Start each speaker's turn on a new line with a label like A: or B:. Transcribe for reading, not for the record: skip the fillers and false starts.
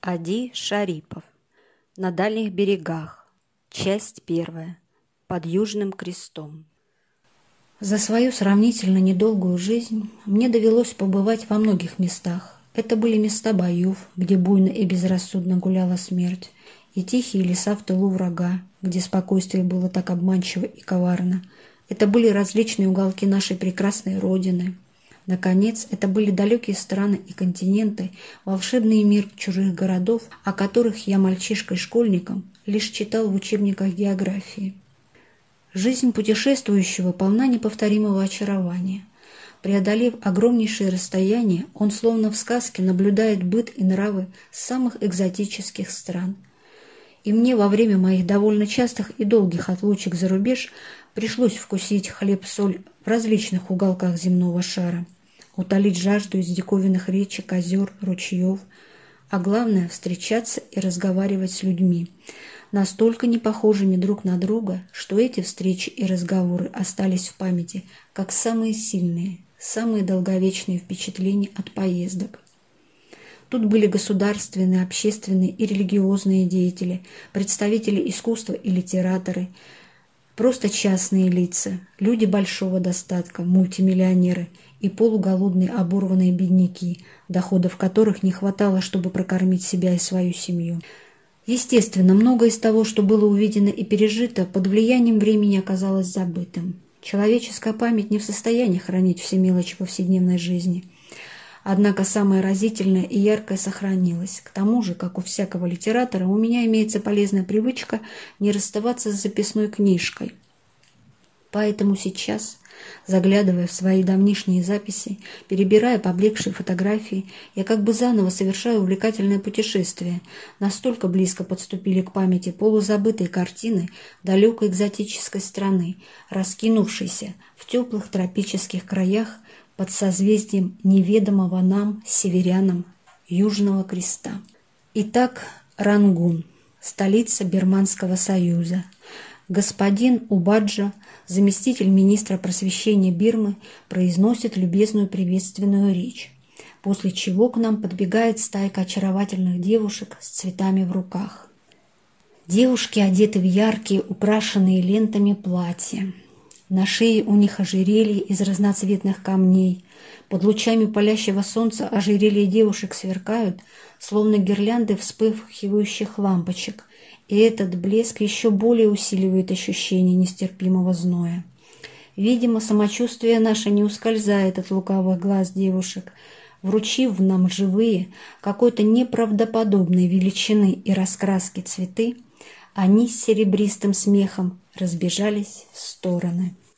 A: Ади Шарипов. На дальних берегах. Часть первая. Под Южным крестом. За свою сравнительно недолгую жизнь мне довелось побывать во многих местах. Это были места боев, где буйно и безрассудно гуляла смерть, и тихие леса в тылу врага, где спокойствие было так обманчиво и коварно. Это были различные уголки нашей прекрасной Родины. Наконец, это были далекие страны и континенты, волшебный мир чужих городов, о которых я мальчишкой-школьником лишь читал в учебниках географии. Жизнь путешествующего полна неповторимого очарования. Преодолев огромнейшие расстояния, он словно в сказке наблюдает быт и нравы самых экзотических стран. И мне во время моих довольно частых и долгих отлучек за рубеж пришлось вкусить хлеб-соль в различных уголках земного шара, утолить жажду из диковинных речек, озер, ручьев, а главное – встречаться и разговаривать с людьми, настолько не похожими друг на друга, что эти встречи и разговоры остались в памяти как самые сильные, самые долговечные впечатления от поездок. Тут были государственные, общественные и религиозные деятели, представители искусства и литераторы, просто частные лица, люди большого достатка, мультимиллионеры и полуголодные оборванные бедняки, доходов которых не хватало, чтобы прокормить себя и свою семью. Естественно, многое из того, что было увидено и пережито, под влиянием времени оказалось забытым. Человеческая память не в состоянии хранить все мелочи повседневной жизни. Однако самое разительное и яркое сохранилось. К тому же, как у всякого литератора, у меня имеется полезная привычка не расставаться с записной книжкой. Поэтому сейчас, заглядывая в свои давнишние записи, перебирая поблекшие фотографии, я как бы заново совершаю увлекательное путешествие. Настолько близко подступили к памяти полузабытые картины далекой экзотической страны, раскинувшейся в теплых тропических краях под созвездием неведомого нам, северянам, Южного креста. Итак, Рангун, столица Бирманского союза. Господин Убаджа, заместитель министра просвещения Бирмы, произносит любезную приветственную речь, после чего к нам подбегает стайка очаровательных девушек с цветами в руках. Девушки одеты в яркие, украшенные лентами платья. На шее у них ожерелье из разноцветных камней. Под лучами палящего солнца ожерелья девушек сверкают, словно гирлянды вспыхивающих лампочек, и этот блеск еще более усиливает ощущение нестерпимого зноя. Видимо, самочувствие наше не ускользает от лукавых глаз девушек. Вручив нам живые, какой-то неправдоподобной величины и раскраски цветы, они с серебристым смехом разбежались в стороны.